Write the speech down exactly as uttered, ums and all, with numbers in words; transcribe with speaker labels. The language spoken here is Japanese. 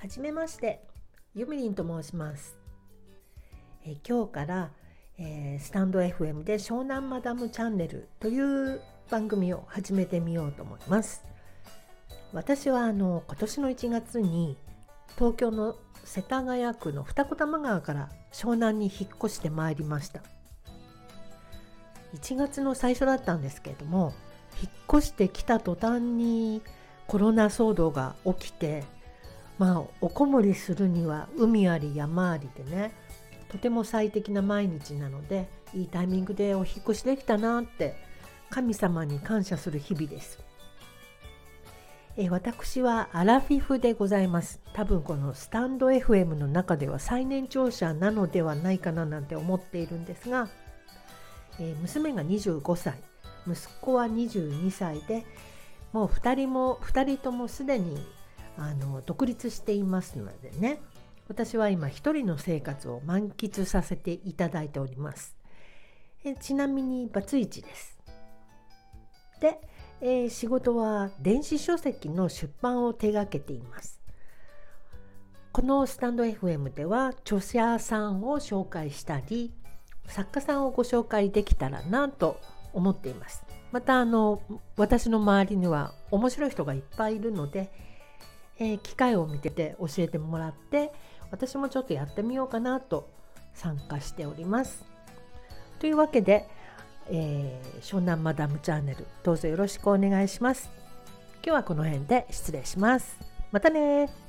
Speaker 1: はじめまして、ゆみりんと申します。えー今日から、えースタンド エフエム で湘南マダムチャンネルという番組を始めてみようと思います。私はあの今年のいちがつに東京の世田谷区の二子玉川から湘南に引っ越してまいりました。いちがつの最初だったんですけれども、引っ越してきた途端にコロナ騒動が起きて、まあおこもりするには海あり山ありでね、とても最適な毎日なので、いいタイミングでお引っ越しできたなって神様に感謝する日々です。え私はアラフィフでございます。多分このスタンド エフエム の中では最年長者なのではないかななんて思っているんですが、えー娘がにじゅうごさい、息子はにじゅうにさいで、もうふたりもふたりともすでにあの独立していますのでね、私は今一人の生活を満喫させていただいております。えちなみにバツイチです。で、えー仕事は電子書籍の出版を手掛けています。このスタンド エフエム では著者さんを紹介したり、作家さんをご紹介できたらなと思っています。またあの私の周りには面白い人がいっぱいいるので、えー機会を見てて教えてもらって、私もちょっとやってみようかなと参加しております。というわけで、えー湘南マダムチャンネル、どうぞよろしくお願いします。今日はこの辺で失礼します。またね。